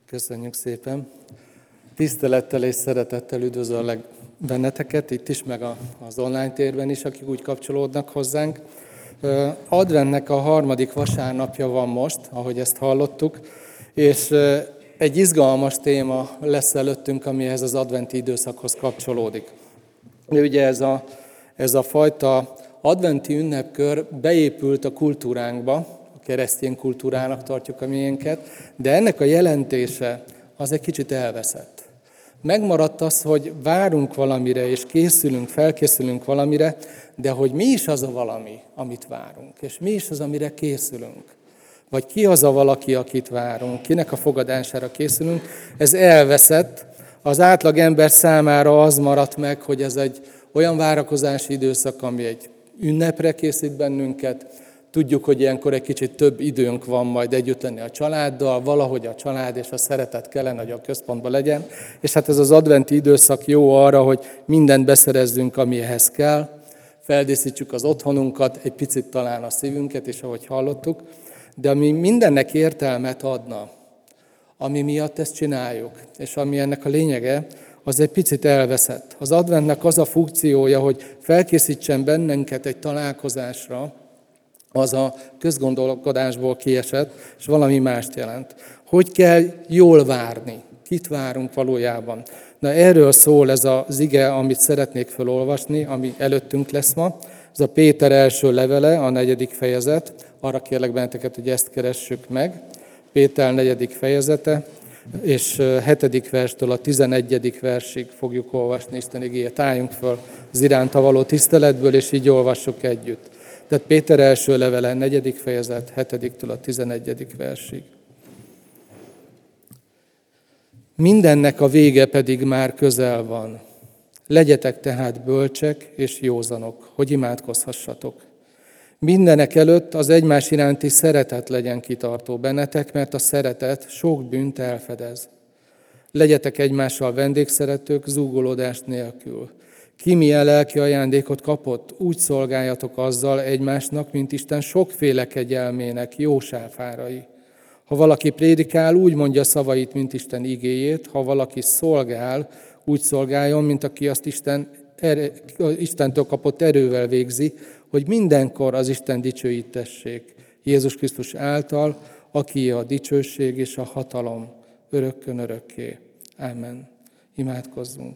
Köszönjük szépen! Tisztelettel és szeretettel üdvözöllek benneteket, itt is, meg az online térben is, akik úgy kapcsolódnak hozzánk. Adventnek a harmadik vasárnapja van most, ahogy ezt hallottuk, és egy izgalmas téma lesz előttünk, ami ehhez az adventi időszakhoz kapcsolódik. Ugye ez a fajta adventi ünnepkör beépült a kultúránkba, a keresztény kultúrának tartjuk a miénket, de ennek a jelentése az egy kicsit elveszett. Megmaradt az, hogy várunk valamire, és felkészülünk valamire, de hogy mi is az a valami, amit várunk, és mi is az, amire készülünk. Vagy ki az a valaki, akit várunk, kinek a fogadására készülünk, ez elveszett. Az átlag ember számára az maradt meg, hogy ez egy olyan várakozási időszak, ami egy ünnepre készít bennünket. Tudjuk, hogy ilyenkor egy kicsit több időnk van majd együtt lenni a családdal, valahogy a család és a szeretet kellene, hogy a központban legyen. És hát ez az adventi időszak jó arra, hogy mindent beszerezzünk, ami ehhez kell. Feldíszítsük az otthonunkat, egy picit talán a szívünket is, ahogy hallottuk. De ami mindennek értelmet adna, ami miatt ezt csináljuk, és ami ennek a lényege, az egy picit elveszett. Az adventnek az a funkciója, hogy felkészítsen bennünket egy találkozásra, az a közgondolkodásból kiesett, és valami mást jelent. Hogy kell jól várni? Kit várunk valójában? Na erről szól ez az ige, amit szeretnék felolvasni, ami előttünk lesz ma. Ez a Péter első levele, a 4. fejezet. Arra kérlek benneteket, hogy ezt keressük meg. Péter 4. fejezete, és 7. verstől a 11. versig fogjuk olvasni Isten igéjét. Álljunk föl az iránta való tiszteletből, és így olvassuk együtt. Tehát Péter első levele, 4. fejezet, 7-től a 11. versig. Mindennek a vége pedig már közel van. Legyetek tehát bölcsek és józanok, hogy imádkozhassatok. Mindenek előtt az egymás iránti szeretet legyen kitartó bennetek, mert a szeretet sok bűnt elfedez. Legyetek egymással vendégszeretők, zúgolódás nélkül. Ki milyen lelki ajándékot kapott, úgy szolgáljatok azzal egymásnak, mint Isten sokféle kegyelmének jó sáfárai. Ha valaki prédikál, úgy mondja szavait, mint Isten igéjét, ha valaki szolgál, úgy szolgáljon, mint aki azt Istentől kapott erővel végzi, hogy mindenkor az Isten dicsőítessék Jézus Krisztus által, aki a dicsőség és a hatalom örökkön örökké. Ámen. Imádkozzunk.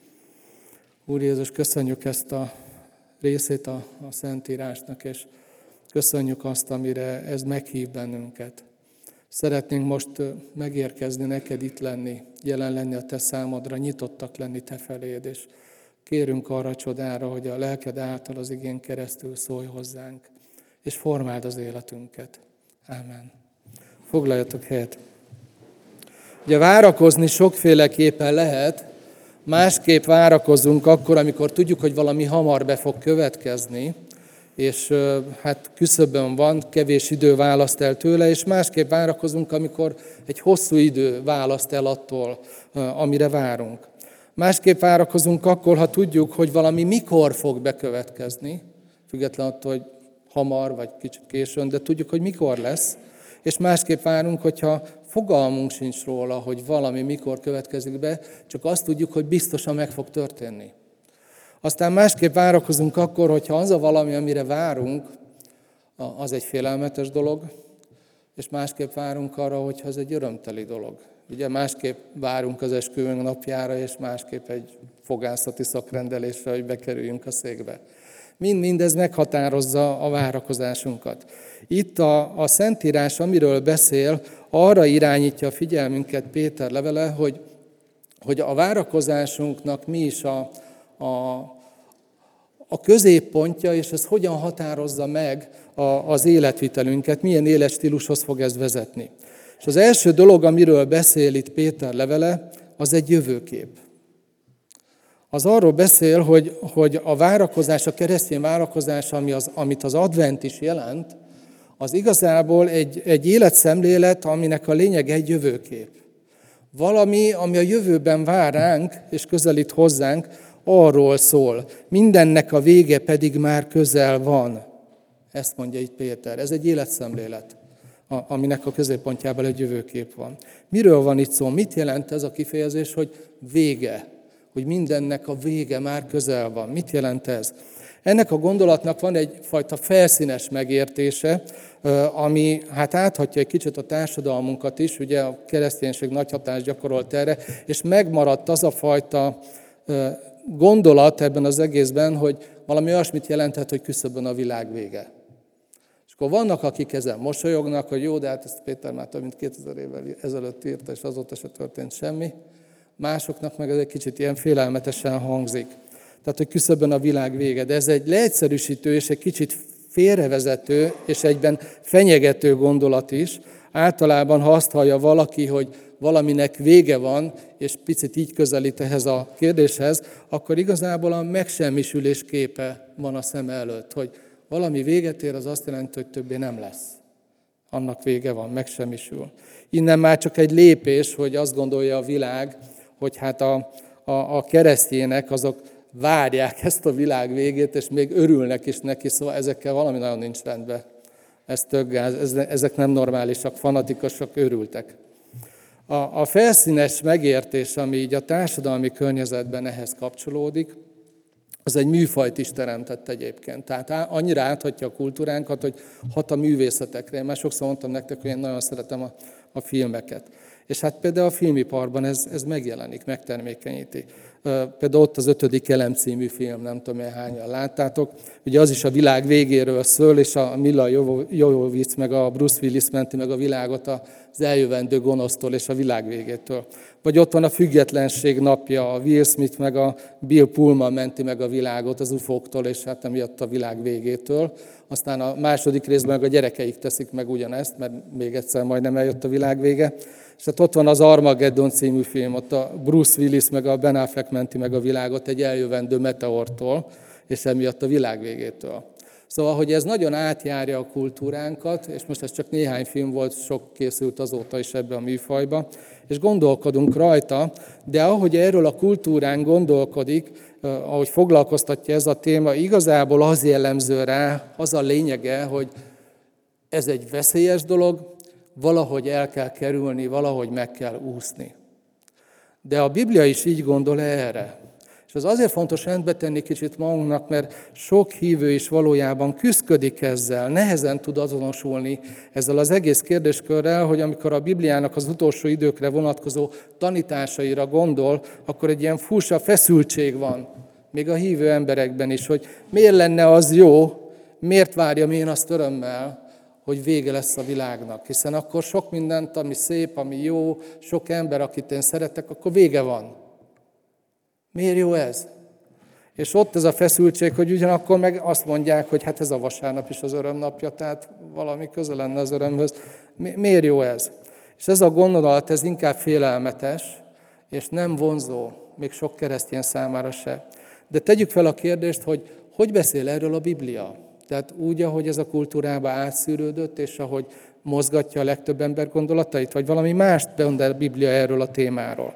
Úr Jézus, köszönjük ezt a részét a Szentírásnak, és köszönjük azt, amire ez meghív bennünket. Szeretnénk most megérkezni neked, itt lenni, jelen lenni a te számodra, nyitottak lenni te feléd, és kérünk arra a csodára, hogy a lelked által az igén keresztül szólj hozzánk, és formáld az életünket. Ámen. Foglaljatok helyet. Ugye várakozni sokféleképpen lehet, másképp várakozunk akkor, amikor tudjuk, hogy valami hamar be fog következni, és hát küszöbön van, kevés idő választ el tőle, és másképp várakozunk, amikor egy hosszú idő választ el attól, amire várunk. Másképp várakozunk akkor, ha tudjuk, hogy valami mikor fog bekövetkezni, függetlenül attól, hogy hamar vagy kicsit későn, de tudjuk, hogy mikor lesz, és másképp várunk, hogyha fogalmunk sincs róla, hogy valami mikor következik be, csak azt tudjuk, hogy biztosan meg fog történni. Aztán másképp várakozunk akkor, hogyha az a valami, amire várunk, az egy félelmetes dolog, és másképp várunk arra, hogyha ez egy örömteli dolog. Ugye másképp várunk az esküvőnk napjára, és másképp egy fogászati szakrendelésre, hogy bekerüljünk a székbe. Mindez meghatározza a várakozásunkat. Itt a Szentírás, amiről beszél, arra irányítja a figyelmünket Péter levele, hogy a várakozásunknak mi is a középpontja, és ez hogyan határozza meg az életvitelünket, milyen életstílushoz fog ez vezetni. És az első dolog, amiről beszél itt Péter levele, az egy jövőkép. Az arról beszél, hogy a várakozás, a keresztény várakozás, amit az advent is jelent, az igazából egy életszemlélet, aminek a lényege egy jövőkép. Valami, ami a jövőben vár ránk, és közelít hozzánk, arról szól. Mindennek a vége pedig már közel van. Ezt mondja itt Péter. Ez egy életszemlélet, aminek a középpontjában egy jövőkép van. Miről van itt szó? Mit jelent ez a kifejezés, hogy vége? Hogy mindennek a vége már közel van. Mit jelent ez? Ennek a gondolatnak van egyfajta felszínes megértése, ami hát áthatja egy kicsit a társadalmunkat is, ugye a kereszténység nagy hatást gyakorolt erre, és megmaradt az a fajta gondolat ebben az egészben, hogy valami olyasmit jelenthet, hogy küszöbön a világ vége. És akkor vannak, akik ezen mosolyognak, hogy jó, de hát ezt Péter már több mint 2000 évvel ezelőtt írta, és azóta se történt semmi. Másoknak meg ez egy kicsit ilyen félelmetesen hangzik. Tehát, hogy küszöbön a világ vége. De ez egy leegyszerűsítő és egy kicsit félrevezető és egyben fenyegető gondolat is. Általában, ha azt hallja valaki, hogy valaminek vége van, és picit így közelít ehhez a kérdéshez, akkor igazából a megsemmisülés képe van a szem előtt, hogy valami véget ér, az azt jelenti, hogy többé nem lesz. Annak vége van, megsemmisül. Innen már csak egy lépés, hogy azt gondolja a világ, hogy hát a keresztjének azok várják ezt a világ végét, és még örülnek is neki, szóval ezekkel valami nagyon nincs rendben. Ez tök gáz, ezek nem normálisak, fanatikusak, őrültek. A felszínes megértés, ami így a társadalmi környezetben ehhez kapcsolódik, az egy műfajt is teremtett egyébként. Tehát annyira áthatja a kultúránkat, hogy hat a művészetekre. Én már sokszor mondtam nektek, hogy én nagyon szeretem a filmeket. És hát például a filmiparban ez megjelenik, megtermékenyíti. Például ott az 5. elem című film, nem tudom, hányan láttátok. Ugye az is a világ végéről szól, és a Milla Jovovich meg a Bruce Willis menti meg a világot az eljövendő gonosztól és a világ végétől. Vagy ott van a Függetlenség napja, a Will Smith meg a Bill Pullman menti meg a világot az ufóktól, és hát emiatt a világ végétől. Aztán a második részben meg a gyerekeik teszik meg ugyanezt, mert még egyszer majdnem eljött a világ vége. És hát ott van az Armageddon című film, ott a Bruce Willis meg a Ben Affleck menti meg a világot egy eljövendő meteortól, és emiatt a világ végétől. Szóval, hogy ez nagyon átjárja a kultúránkat, és most ez csak néhány film volt, sok készült azóta is ebbe a műfajba, és gondolkodunk rajta, de ahogy erről a kultúrán gondolkodik, ahogy foglalkoztatja ez a téma, igazából az jellemző rá, az a lényege, hogy ez egy veszélyes dolog, valahogy el kell kerülni, valahogy meg kell úszni. De a Biblia is így gondol erre. És az azért fontos rendbe tenni kicsit magunknak, mert sok hívő is valójában küszködik ezzel, nehezen tud azonosulni ezzel az egész kérdéskörrel, hogy amikor a Bibliának az utolsó időkre vonatkozó tanításaira gondol, akkor egy ilyen furcsa feszültség van, még a hívő emberekben is, hogy miért lenne az jó, miért várjam én azt örömmel, hogy vége lesz a világnak. Hiszen akkor sok mindent, ami szép, ami jó, sok ember, akit én szeretek, akkor vége van. Miért jó ez? És ott ez a feszültség, hogy ugyanakkor meg azt mondják, hogy hát ez a vasárnap is az örömnapja, tehát valami köze lenne az örömhöz. Miért jó ez? És ez a gondolat, ez inkább félelmetes, és nem vonzó, még sok keresztény számára se. De tegyük fel a kérdést, hogy beszél erről a Biblia? Tehát úgy, ahogy ez a kultúrába átszűrődött, és ahogy mozgatja a legtöbb ember gondolatait, vagy valami mást gondol a Biblia erről a témáról.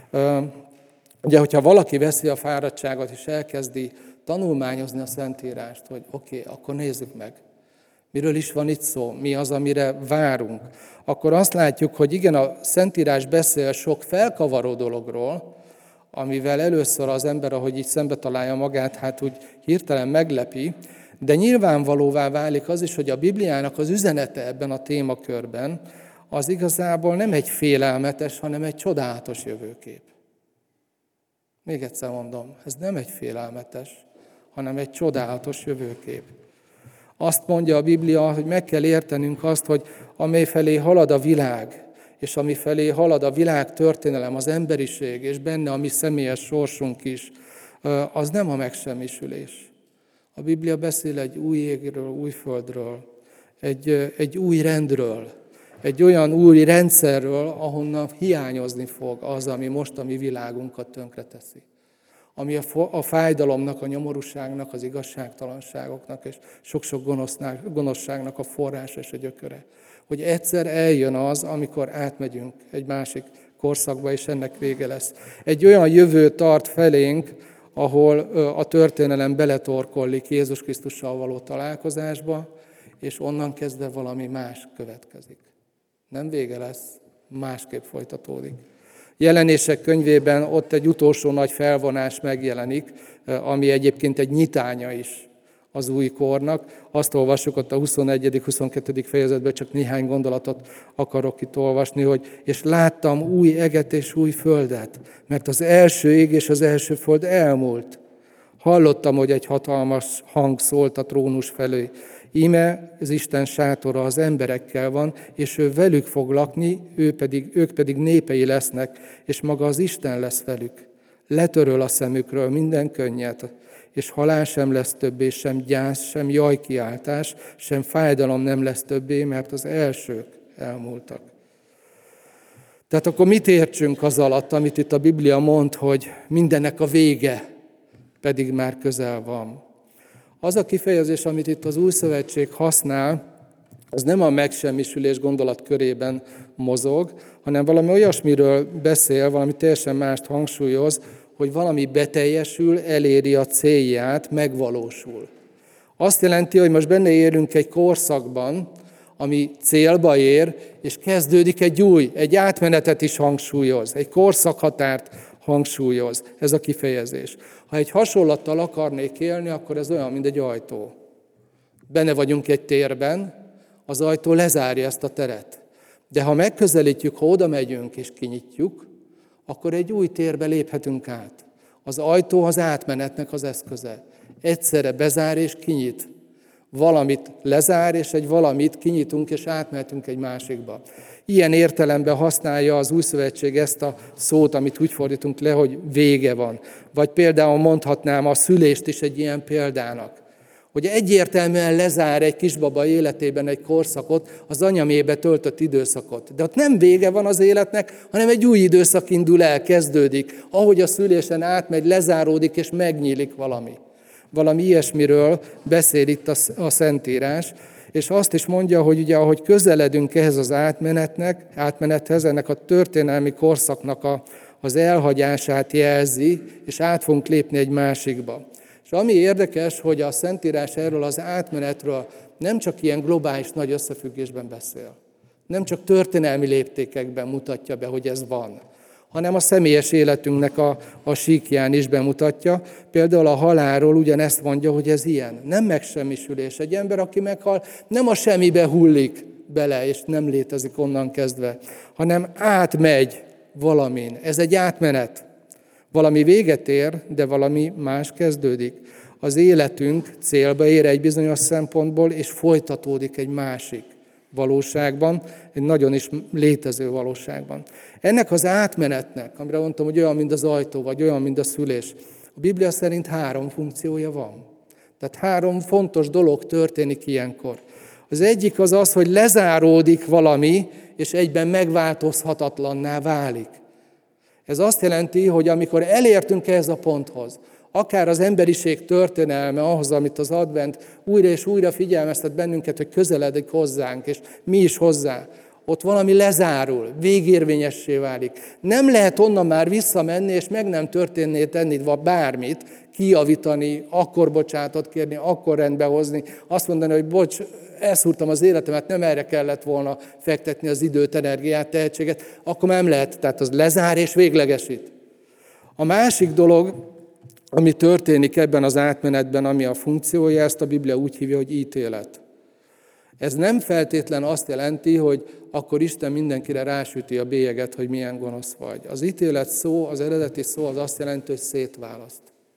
Ugye, hogyha valaki veszi a fáradtságot, és elkezdi tanulmányozni a Szentírást, hogy oké, akkor nézzük meg, miről is van itt szó, mi az, amire várunk, akkor azt látjuk, hogy igen, a Szentírás beszél sok felkavaró dologról, amivel először az ember, ahogy így szembe találja magát, hát úgy hirtelen meglepi, de nyilvánvalóvá válik az is, hogy a Bibliának az üzenete ebben a témakörben az igazából nem egy félelmetes, hanem egy csodálatos jövőkép. Még egyszer mondom, ez nem egy félelmetes, hanem egy csodálatos jövőkép. Azt mondja a Biblia, hogy meg kell értenünk azt, hogy amely felé halad a világ, és ami felé halad a világ történelem, az emberiség, és benne a mi személyes sorsunk is, az nem a megsemmisülés. A Biblia beszél egy új égről, új földről, egy új rendről, egy olyan új rendszerről, ahonnan hiányozni fog az, ami most a mi világunkat tönkreteszi. Ami a fájdalomnak, a nyomorúságnak, az igazságtalanságoknak és sok-sok gonoszságnak a forrása és a gyököre. Hogy egyszer eljön az, amikor átmegyünk egy másik korszakba, és ennek vége lesz. Egy olyan jövő tart felénk, ahol a történelem beletorkollik Jézus Krisztussal való találkozásba, és onnan kezdve valami más következik. Nem vége lesz, másképp folytatódik. Jelenések könyvében ott egy utolsó nagy felvonás megjelenik, ami egyébként egy nyitánya is az új kornak. Azt olvassuk ott a 21.-22. fejezetben, csak néhány gondolatot akarok itt olvasni, hogy és láttam új eget és új földet, mert az első ég és az első föld elmúlt. Hallottam, hogy egy hatalmas hang szólt a trónus felé. Íme az Isten sátora az emberekkel van, és ő velük fog lakni, ők pedig népei lesznek, és maga az Isten lesz velük. Letöröl a szemükről minden könnyet, és halál sem lesz többé, sem gyász, sem jajkiáltás, sem fájdalom nem lesz többé, mert az elsők elmúltak. Tehát akkor mit értsünk az alatt, amit itt a Biblia mond, hogy mindennek a vége pedig már közel van? Az a kifejezés, amit itt az Új Szövetség használ, az nem a megsemmisülés gondolat körében mozog, hanem valami olyasmiről beszél, valami teljesen mást hangsúlyoz, hogy valami beteljesül, eléri a célját, megvalósul. Azt jelenti, hogy most benne élünk egy korszakban, ami célba ér, és kezdődik egy átmenetet is hangsúlyoz, egy korszakhatárt hangsúlyoz ez a kifejezés. Ha egy hasonlattal akarnék élni, akkor ez olyan, mint egy ajtó. Benne vagyunk egy térben, az ajtó lezárja ezt a teret. De ha megközelítjük, ha oda megyünk és kinyitjuk, akkor egy új térbe léphetünk át. Az ajtó az átmenetnek az eszköze. Egyszerre bezár és kinyit. Valamit lezár, és egy valamit kinyitunk, és átmehetünk egy másikba. Ilyen értelemben használja az Új Szövetség ezt a szót, amit úgy fordítunk le, hogy vége van. Vagy például mondhatnám a szülést is egy ilyen példának. Hogy egyértelműen lezár egy kisbaba életében egy korszakot, az anyamébe töltött időszakot. De ott nem vége van az életnek, hanem egy új időszak indul el, kezdődik. Ahogy a szülésen átmegy, lezáródik és megnyílik valami. Valami ilyesmiről beszél itt a Szentírás, és azt is mondja, hogy ugye ahogy közeledünk ehhez az átmenethez, ennek a történelmi korszaknak az elhagyását jelzi, és át fogunk lépni egy másikba. És ami érdekes, hogy a Szentírás erről az átmenetről nem csak ilyen globális nagy összefüggésben beszél, nem csak történelmi léptékekben mutatja be, hogy ez van, hanem a személyes életünknek a síkján is bemutatja. Például a halálról ugyanezt mondja, hogy ez ilyen. Nem megsemmisülés. Egy ember, aki meghal, nem a semmibe hullik bele, és nem létezik onnan kezdve, hanem átmegy valamin. Ez egy átmenet. Valami véget ér, de valami más kezdődik. Az életünk célba ér egy bizonyos szempontból, és folytatódik egy másik valóságban, egy nagyon is létező valóságban. Ennek az átmenetnek, amire mondtam, hogy olyan, mint az ajtó, vagy olyan, mint a szülés, a Biblia szerint 3 funkciója van. Tehát 3 fontos dolog történik ilyenkor. Az egyik az, hogy lezáródik valami, és egyben megváltozhatatlanná válik. Ez azt jelenti, hogy amikor elértünk ehhez a ponthoz, akár az emberiség történelme ahhoz, amit az advent újra és újra figyelmeztet bennünket, hogy közeledik hozzánk, és mi is hozzá, ott valami lezárul, végérvényessé válik. Nem lehet onnan már visszamenni, és meg nem történné tenni bármit, kijavítani, akkor bocsánatot kérni, akkor rendbe hozni, azt mondani, hogy bocs, elszúrtam az életemet, nem erre kellett volna fektetni az időt, energiát, tehetséget, akkor nem lehet, tehát az lezár és véglegesít. A másik dolog, ami történik ebben az átmenetben, ami a funkciója, ezt a Biblia úgy hívja, hogy ítélet. Ez nem feltétlen azt jelenti, hogy akkor Isten mindenkire rásüti a bélyeget, hogy milyen gonosz vagy. Az ítélet szó, az eredeti szó az azt jelenti, hogy szétválaszt.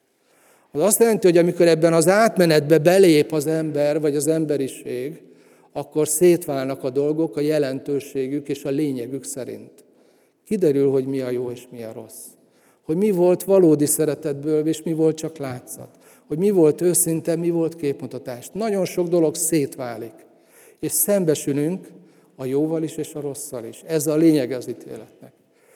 Az azt jelenti, hogy amikor ebben az átmenetbe belép az ember, vagy az emberiség, akkor szétválnak a dolgok a jelentőségük és a lényegük szerint. Kiderül, hogy mi a jó és mi a rossz. Hogy mi volt valódi szeretetből, és mi volt csak látszat. Hogy mi volt őszinte, mi volt képmutatás. Nagyon sok dolog szétválik. És szembesülünk a jóval is és a rosszal is. Ez a lényeg az ítéletnek.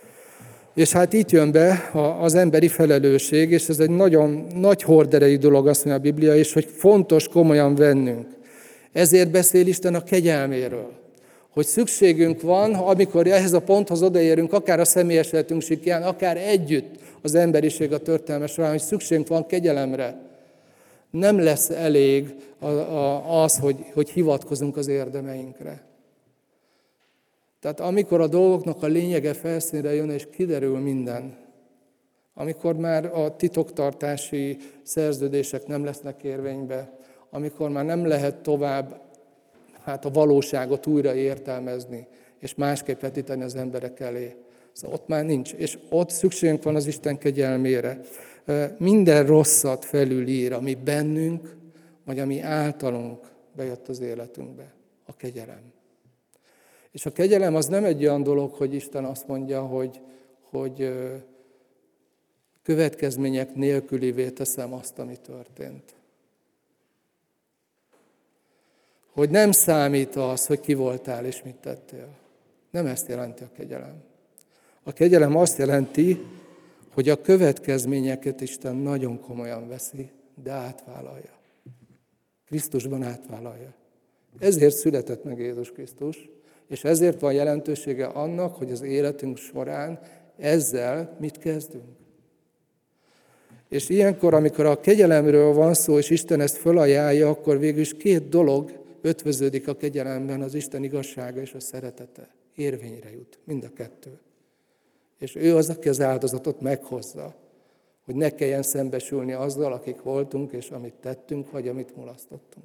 És hát itt jön be az emberi felelősség, és ez egy nagyon nagy horderejű dolog, azt mondja a Biblia, és hogy fontos komolyan vennünk. Ezért beszél Isten a kegyelméről. Hogy szükségünk van, amikor ehhez a ponthoz odaérünk, akár a személyes életünk sikján, akár együtt az emberiség a történelme során, hogy szükségünk van kegyelemre. Nem lesz elég az, hogy hivatkozunk az érdemeinkre. Tehát amikor a dolgoknak a lényege felszínre jön, és kiderül minden, amikor már a titoktartási szerződések nem lesznek érvénybe, amikor már nem lehet tovább a valóságot újra értelmezni, és másképp vetíteni az emberek elé. Szóval ott már nincs, és ott szükségünk van az Isten kegyelmére. Minden rosszat felülír, ami bennünk, vagy ami általunk bejött az életünkbe. A kegyelem. És a kegyelem az nem egy olyan dolog, hogy Isten azt mondja, hogy következmények nélkülivé teszem azt, ami történt. Hogy nem számít az, hogy ki voltál és mit tettél. Nem ezt jelenti a kegyelem. A kegyelem azt jelenti, hogy a következményeket Isten nagyon komolyan veszi, de átvállalja. Krisztusban átvállalja. Ezért született meg Jézus Krisztus, és ezért van jelentősége annak, hogy az életünk során ezzel mit kezdünk. És ilyenkor, amikor a kegyelemről van szó, és Isten ezt fölajánlja, akkor végül is két dolog ötvöződik a kegyelemben, az Isten igazsága és a szeretete. Érvényre jut, mind a kettő. És ő az, aki az áldozatot meghozza, hogy ne kelljen szembesülni azzal, akik voltunk, és amit tettünk, vagy amit mulasztottunk.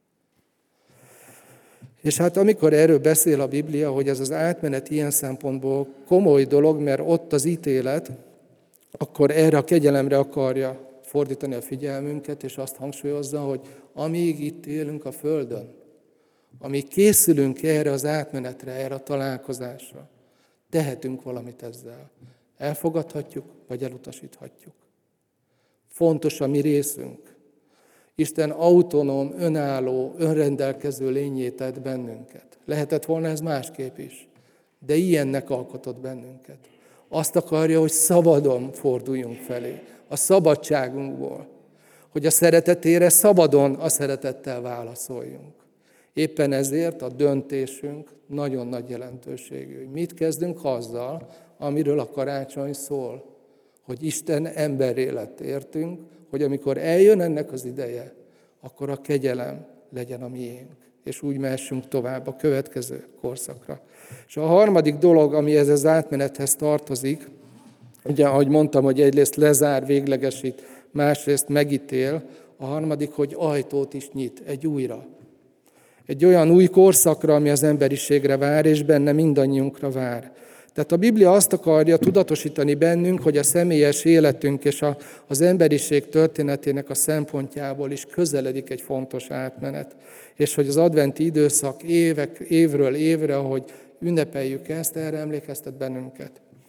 És hát amikor erről beszél a Biblia, hogy ez az átmenet ilyen szempontból komoly dolog, mert ott az ítélet, akkor erre a kegyelemre akarja fordítani a figyelmünket, és azt hangsúlyozza, hogy amíg itt élünk a Földön, amíg készülünk erre az átmenetre, erre a találkozásra, tehetünk valamit ezzel. Elfogadhatjuk, vagy elutasíthatjuk. Fontos a mi részünk. Isten autonóm, önálló, önrendelkező lényé tett bennünket. Lehetett volna ez másképp is, de ilyennek alkotott bennünket. Azt akarja, hogy szabadon forduljunk felé, a szabadságunkból, hogy a szeretetére szabadon a szeretettel válaszoljunk. Éppen ezért a döntésünk nagyon nagy jelentőségű. Hogy mit kezdünk azzal, amiről a karácsony szól, hogy Isten emberré lett értünk, hogy amikor eljön ennek az ideje, akkor a kegyelem legyen a miénk, és úgy mehessünk tovább a következő korszakra. És a harmadik dolog, ami ez az átmenethez tartozik, ugye, ahogy mondtam, hogy egyrészt lezár, véglegesít, másrészt megítél, a harmadik, hogy ajtót is nyit egy újra. Egy olyan új korszakra, ami az emberiségre vár, és benne mindannyiunkra vár. Tehát a Biblia azt akarja tudatosítani bennünk, hogy a személyes életünk és az emberiség történetének a szempontjából is közeledik egy fontos átmenet. És hogy az adventi időszak évről évre, ahogy ünnepeljük ezt, erre emlékeztet bennünket.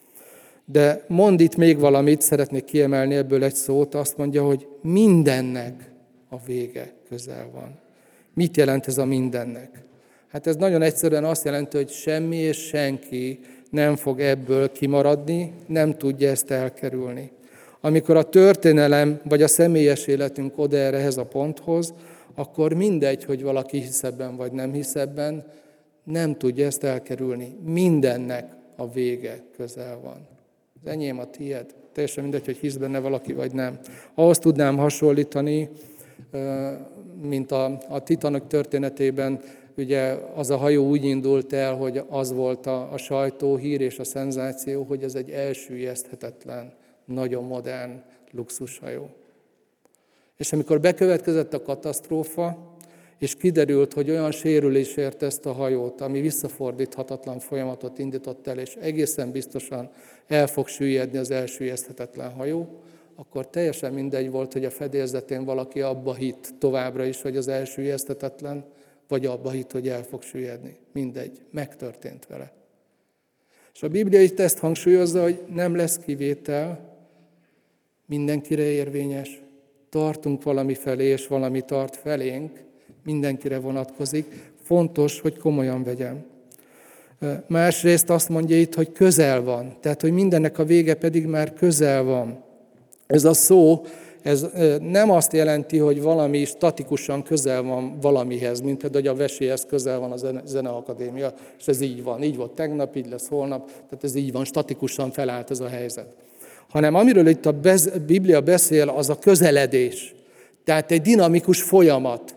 De mond itt még valamit, szeretnék kiemelni ebből egy szót, azt mondja, hogy mindennek a vége közel van. Mit jelent ez a mindennek? Hát ez nagyon egyszerűen azt jelenti, hogy semmi és senki nem fog ebből kimaradni, nem tudja ezt elkerülni. Amikor a történelem vagy a személyes életünk odaér ehhez a ponthoz, akkor mindegy, hogy valaki hisz ebben vagy nem hisz ebben, nem tudja ezt elkerülni. Mindennek a vége közel van. Az enyém, a tiéd. Teljesen mindegy, hogy hisz benne valaki vagy nem. Ahhoz tudnám hasonlítani, mint a Titanic történetében, ugye az a hajó úgy indult el, hogy az volt a sajtóhír és a szenzáció, hogy ez egy elsüllyeszthetetlen, nagyon modern luxushajó. És amikor bekövetkezett a katasztrófa, és kiderült, hogy olyan sérülés ért ezt a hajót, ami visszafordíthatatlan folyamatot indított el, és egészen biztosan el fog süllyedni az elsüllyeszthetetlen hajó, akkor teljesen mindegy volt, hogy a fedélzetén valaki abba hitt továbbra is, hogy az elsüllyeszthetetlen, vagy abba hitt, hogy el fog süllyedni. Mindegy, megtörtént vele. És a Biblia itt ezt hangsúlyozza, hogy nem lesz kivétel, mindenkire érvényes, tartunk valami felé, és valami tart felénk, mindenkire vonatkozik, fontos, hogy komolyan vegyem. Másrészt azt mondja itt, hogy közel van, tehát, hogy mindennek a vége pedig már közel van. Ez a szó, ez nem azt jelenti, hogy valami statikusan közel van valamihez, mint például, hogy a veséhez közel van a Zeneakadémia, és ez így van. Így volt tegnap, így lesz holnap, tehát ez így van, statikusan felállt ez a helyzet. Hanem amiről itt a Biblia beszél, az a közeledés. Tehát egy dinamikus folyamat.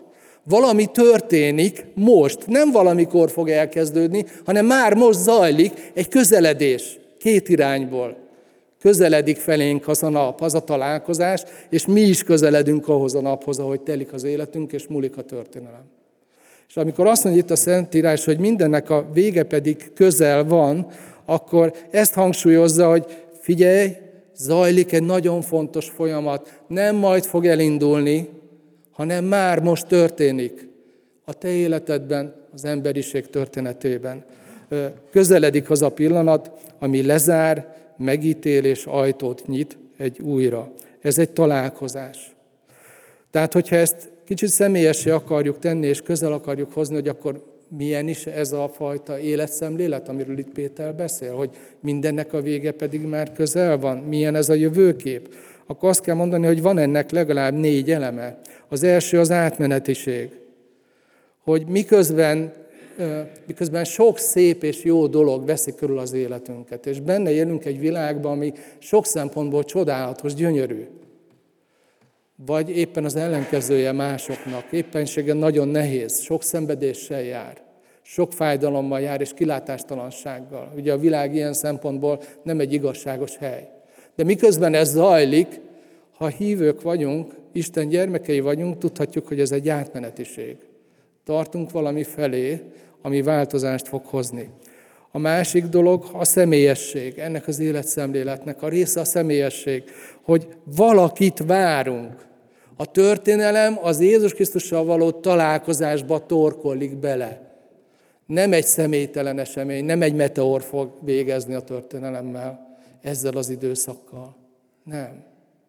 Valami történik most, nem valamikor fog elkezdődni, hanem már most zajlik egy közeledés két irányból. Közeledik felénk az a nap, az a találkozás, és mi is közeledünk ahhoz a naphoz, ahogy telik az életünk, és múlik a történelem. És amikor azt mondja itt a Szentírás, hogy mindennek a vége pedig közel van, akkor ezt hangsúlyozza, hogy figyelj, zajlik egy nagyon fontos folyamat, nem majd fog elindulni, hanem már most történik a te életedben, az emberiség történetében. Közeledik az a pillanat, ami lezár, megítél és ajtót nyit egy újra. Ez egy találkozás. Tehát, hogyha ezt kicsit személyessé akarjuk tenni, és közel akarjuk hozni, hogy akkor milyen is ez a fajta életszemlélet, amiről itt Péter beszél, hogy mindennek a vége pedig már közel van, milyen ez a jövőkép, akkor azt kell mondani, hogy van ennek legalább 4 eleme. Az első az átmenetiség, hogy miközben sok szép és jó dolog veszi körül az életünket, és benne élünk egy világban, ami sok szempontból csodálatos, gyönyörű, vagy éppen az ellenkezője másoknak, éppenséggel nagyon nehéz, sok szenvedéssel jár, sok fájdalommal jár és kilátástalansággal. Ugye a világ ilyen szempontból nem egy igazságos hely. De miközben ez zajlik, ha hívők vagyunk, Isten gyermekei vagyunk, tudhatjuk, hogy ez egy átmenetiség. Tartunk valami felé, ami változást fog hozni. A másik dolog a személyesség, ennek az életszemléletnek a része a személyesség, hogy valakit várunk. A történelem az Jézus Krisztussal való találkozásba torkollik bele. Nem egy személytelen esemény, nem egy meteor fog végezni a történelemmel, ezzel az időszakkal. Nem.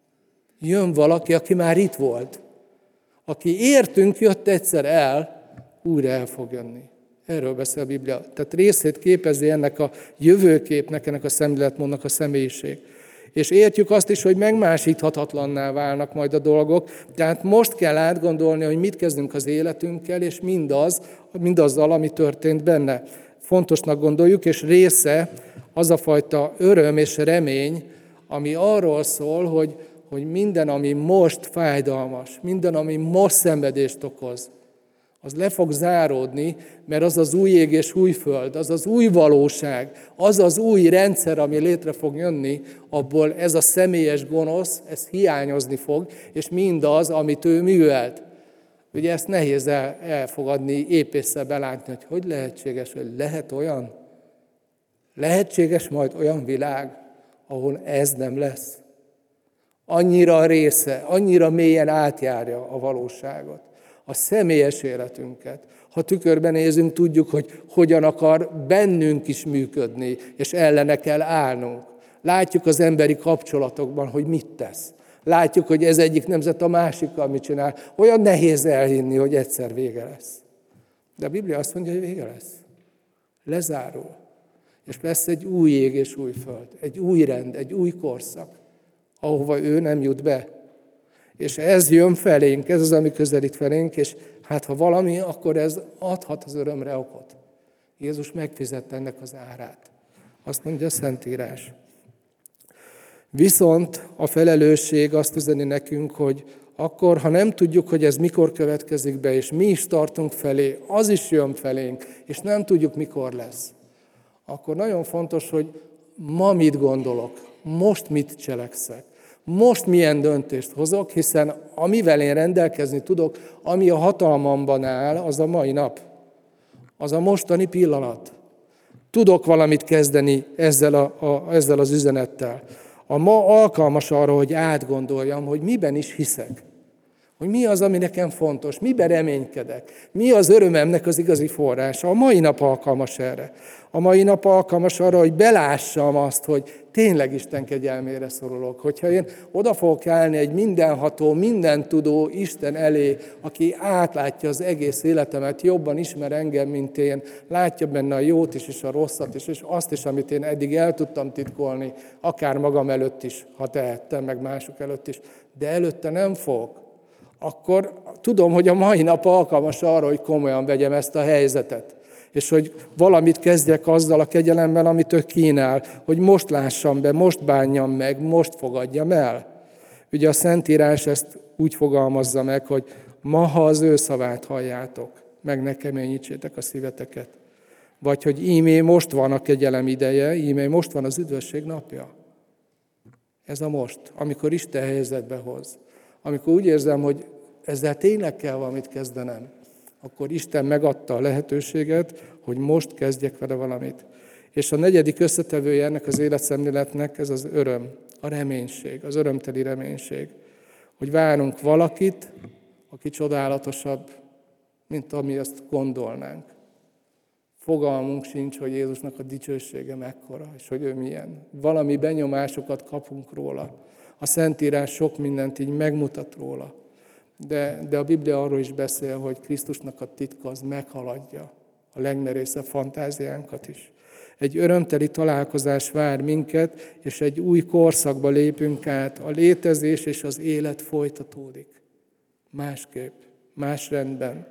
Jön valaki, aki már itt volt. Aki értünk jött egyszer el, újra el fog jönni. Erről beszél a Biblia. Tehát részét képezi ennek a jövőképnek, ennek a szemléletmódnak a személyiség. És értjük azt is, hogy megmásíthatatlanná válnak majd a dolgok. Tehát most kell átgondolni, hogy mit kezdünk az életünkkel, és mindazzal, ami történt benne. Fontosnak gondoljuk, és része az a fajta öröm és remény, ami arról szól, hogy minden, ami most fájdalmas, minden, ami most szenvedést okoz, az le fog záródni, mert az az új ég és új föld, az az új valóság, az az új rendszer, ami létre fog jönni, abból ez a személyes gonosz, ez hiányozni fog, és mindaz, amit ő művelt. Ugye ezt nehéz elfogadni, épésszel belátni, hogy lehetséges, hogy lehet olyan? Lehetséges majd olyan világ, ahol ez nem lesz. Annyira része, annyira mélyen átjárja a valóságot, a személyes életünket. Ha tükörben nézünk, tudjuk, hogy hogyan akar bennünk is működni, és ellene kell állnunk. Látjuk az emberi kapcsolatokban, hogy mit tesz. Látjuk, hogy ez egyik nemzet a másikkal mit csinál. Olyan nehéz elhinni, hogy egyszer vége lesz. De a Biblia azt mondja, hogy vége lesz. Lezárul. És lesz egy új ég és új föld, egy új rend, egy új korszak, ahova ő nem jut be. És ez jön felénk, ez az, ami közelít felénk, és hát ha valami, akkor ez adhat az örömre okot. Jézus megfizette ennek az árát. Azt mondja a Szentírás. Viszont a felelősség azt üzeni nekünk, hogy akkor, ha nem tudjuk, hogy ez mikor következik be, és mi is tartunk felé, az is jön felénk, és nem tudjuk, mikor lesz. Akkor nagyon fontos, hogy ma mit gondolok, most mit cselekszek, most milyen döntést hozok, hiszen amivel én rendelkezni tudok, ami a hatalmamban áll, az a mai nap, az a mostani pillanat. Tudok valamit kezdeni ezzel az üzenettel. A ma alkalmas arra, hogy átgondoljam, hogy miben is hiszek. Hogy mi az, ami nekem fontos, miben reménykedek, mi az örömemnek az igazi forrása. A mai nap alkalmas erre. A mai nap alkalmas arra, hogy belássam azt, hogy tényleg Isten kegyelmére szorulok. Hogyha én oda fogok állni egy mindenható, mindentudó Isten elé, aki átlátja az egész életemet, jobban ismer engem, mint én, látja benne a jót is, és a rosszat is, és azt is, amit én eddig el tudtam titkolni, akár magam előtt is, ha tehettem, meg mások előtt is, de előtte nem fogok. Akkor tudom, hogy a mai nap alkalmas arra, hogy komolyan vegyem ezt a helyzetet. És hogy valamit kezdjek azzal a kegyelemmel, amit ő kínál, hogy most lássam be, most bánjam meg, most fogadjam el. Ugye a Szentírás ezt úgy fogalmazza meg, hogy ma, ha az ő szavát halljátok, meg ne keményítsétek a szíveteket. Vagy hogy ímé most van a kegyelem ideje, ímé most van az üdvösség napja. Ez a most, amikor Isten helyzetbe hoz. Amikor úgy érzem, hogy ezzel tényleg kell valamit kezdenem, akkor Isten megadta a lehetőséget, hogy most kezdjek vele valamit. És a negyedik összetevője ennek az életszemléletnek ez az öröm, a reménység, az örömteli reménység. Hogy várunk valakit, aki csodálatosabb, mint ami azt gondolnánk. Fogalmunk sincs, hogy Jézusnak a dicsősége mekkora, és hogy ő milyen. Valami benyomásokat kapunk róla. A Szentírás sok mindent így megmutat róla. De a Biblia arról is beszél, hogy Krisztusnak a titka az meghaladja a legmerészebb fantáziánkat is. Egy örömteli találkozás vár minket, és egy új korszakba lépünk át. A létezés és az élet folytatódik. Másképp, más rendben.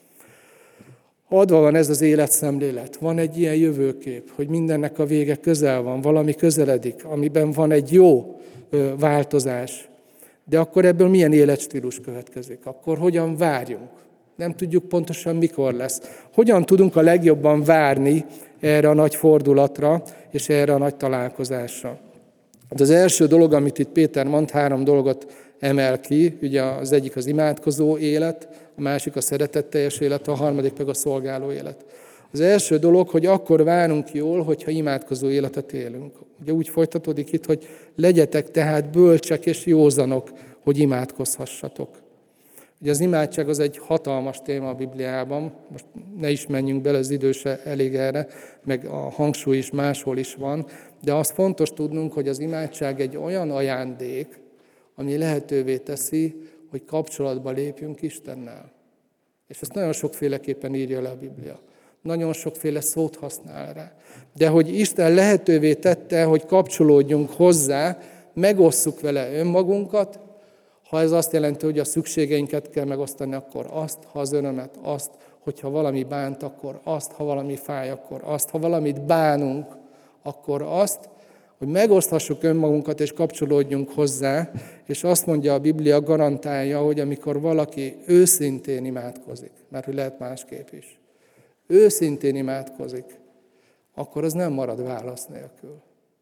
Adva van ez az életszemlélet. Van egy ilyen jövőkép, hogy mindennek a vége közel van, valami közeledik, amiben van egy jó változás. De akkor ebből milyen életstílus következik? Akkor hogyan várjunk? Nem tudjuk pontosan, mikor lesz. Hogyan tudunk a legjobban várni erre a nagy fordulatra, és erre a nagy találkozásra? Az első dolog, amit itt Péter mond, 3 dolgot emel ki. Ugye az egyik az imádkozó élet, a másik a szeretetteljes élet, a harmadik meg a szolgáló élet. Az első dolog, hogy akkor várunk jól, hogyha imádkozó életet élünk. Ugye úgy folytatódik itt, hogy legyetek tehát bölcsek és józanok, hogy imádkozhassatok. Ugye az imádság az egy hatalmas téma a Bibliában, most ne is menjünk bele, az idő se elég erre, meg a hangsúly is máshol is van, de az fontos tudnunk, hogy az imádság egy olyan ajándék, ami lehetővé teszi, hogy kapcsolatba lépjünk Istennel. És ezt nagyon sokféleképpen írja le a Biblia. Nagyon sokféle szót használ rá. De hogy Isten lehetővé tette, hogy kapcsolódjunk hozzá, megosszuk vele önmagunkat, ha ez azt jelenti, hogy a szükségeinket kell megosztani, akkor azt, ha az örömet, azt, hogyha valami bánt, akkor azt, ha valami fáj, akkor azt, ha valamit bánunk, akkor azt, hogy megoszthassuk önmagunkat és kapcsolódjunk hozzá, és azt mondja a Biblia, garantálja, hogy amikor valaki őszintén imádkozik, mert hogy lehet másképp is, őszintén imádkozik, akkor az nem marad válasz nélkül.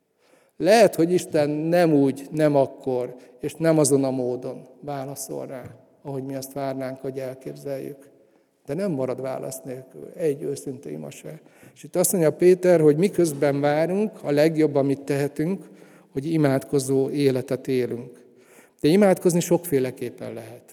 Lehet, hogy Isten nem úgy, nem akkor, és nem azon a módon válaszol rá, ahogy mi azt várnánk, hogy elképzeljük. De nem marad válasz nélkül, egy őszinte ima se. És itt azt mondja Péter, hogy miközben várunk, a legjobb, amit tehetünk, hogy imádkozó életet élünk. De imádkozni sokféleképpen lehet.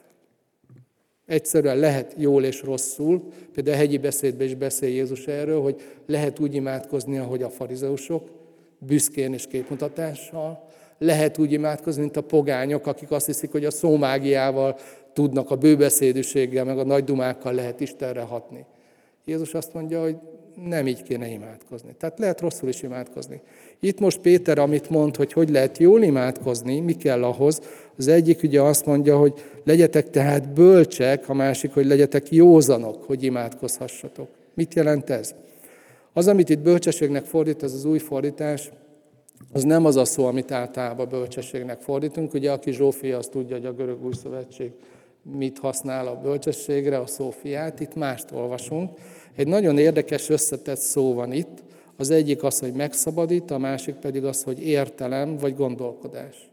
Egyszerűen lehet jól és rosszul, például a hegyi beszédben is beszél Jézus erről, hogy lehet úgy imádkozni, ahogy a farizeusok, büszkén és képmutatással. Lehet úgy imádkozni, mint a pogányok, akik azt hiszik, hogy a szómágiával tudnak, a bőbeszédűséggel, meg a nagy dumákkal lehet Istenre hatni. Jézus azt mondja, hogy nem így kéne imádkozni. Tehát lehet rosszul is imádkozni. Itt most Péter, amit mond, hogy lehet jól imádkozni, mi kell ahhoz, az egyik ugye azt mondja, hogy legyetek tehát bölcsek, a másik, hogy legyetek józanok, hogy imádkozhassatok. Mit jelent ez? Az, amit itt bölcsességnek fordít, ez az új fordítás, az nem az a szó, amit általában bölcsességnek fordítunk. Ugye aki Zsófia, azt tudja, hogy a görög új szövetség mit használ a bölcsességre, a szófiát. Itt mást olvasunk. Egy nagyon érdekes összetett szó van itt. Az egyik az, hogy megszabadít, a másik pedig az, hogy értelem vagy gondolkodás.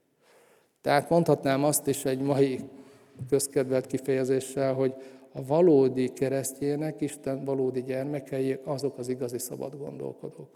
Tehát mondhatnám azt is egy mai közkedvelt kifejezéssel, hogy a valódi keresztjének, Isten valódi gyermekei, azok az igazi szabad gondolkodók.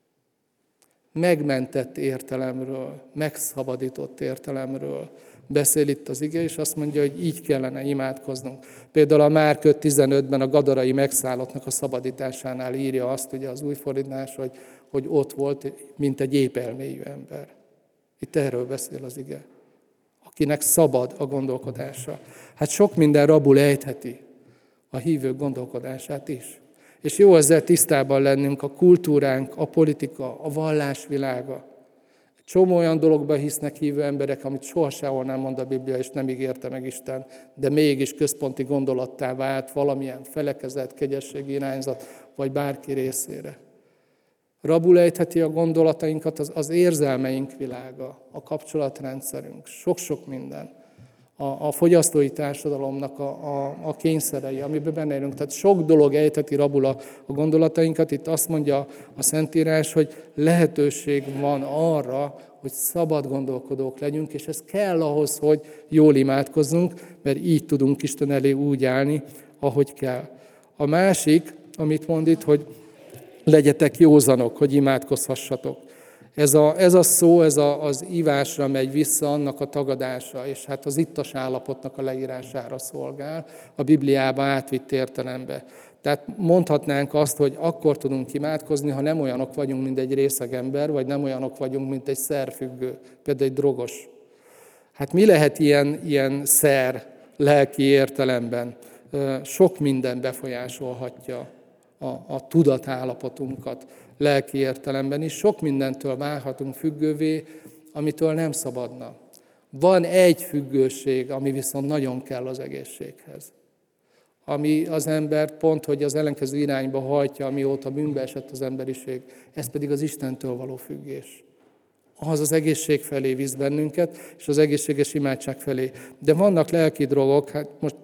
Megmentett értelemről, megszabadított értelemről beszél itt az ige, és azt mondja, hogy így kellene imádkoznunk. Például a Márk 5.15-ben a gadarai megszállottnak a szabadításánál írja azt, ugye az új fordítás, hogy ott volt, mint egy épelmélyű ember. Itt erről beszél az ige. Akinek szabad a gondolkodása. Hát sok minden rabul ejtheti a hívők gondolkodását is. És jó ezzel tisztában lennünk, a kultúránk, a politika, a vallásvilága. Egy csomó olyan dologban hisznek hívő emberek, amit soha sehol nem mond a Biblia, és nem ígérte meg Isten, de mégis központi gondolattá vált valamilyen felekezet, kegyességi irányzat, vagy bárki részére. Rabul ejtheti a gondolatainkat az érzelmeink világa, a kapcsolatrendszerünk, sok-sok minden. a fogyasztói társadalomnak a kényszerei, amiben benne élünk. Tehát sok dolog ejteti rabul a gondolatainkat. Itt azt mondja a Szentírás, hogy lehetőség van arra, hogy szabad gondolkodók legyünk, és ez kell ahhoz, hogy jól imádkozzunk, mert így tudunk Isten elé úgy állni, ahogy kell. A másik, amit mond itt, hogy legyetek józanok, hogy imádkozhassatok. Ez a szó, az ívásra megy vissza, annak a tagadása, és hát az ittas állapotnak a leírására szolgál a Bibliába átvitt értelembe. Tehát mondhatnánk azt, hogy akkor tudunk imádkozni, ha nem olyanok vagyunk, mint egy részeg ember, vagy nem olyanok vagyunk, mint egy szerfüggő, például egy drogos. Hát mi lehet ilyen szer lelki értelemben? Sok minden befolyásolhatja a tudatállapotunkat lelki értelemben is. Sok mindentől válhatunk függővé, amitől nem szabadna. Van egy függőség, ami viszont nagyon kell az egészséghez. Ami az embert pont, hogy az ellenkező irányba hajtja, amióta bűnbe esett az emberiség. Ez pedig az Istentől való függés. Az egészség felé visz bennünket, és az egészséges imádság felé. De vannak lelki dolgok, hát most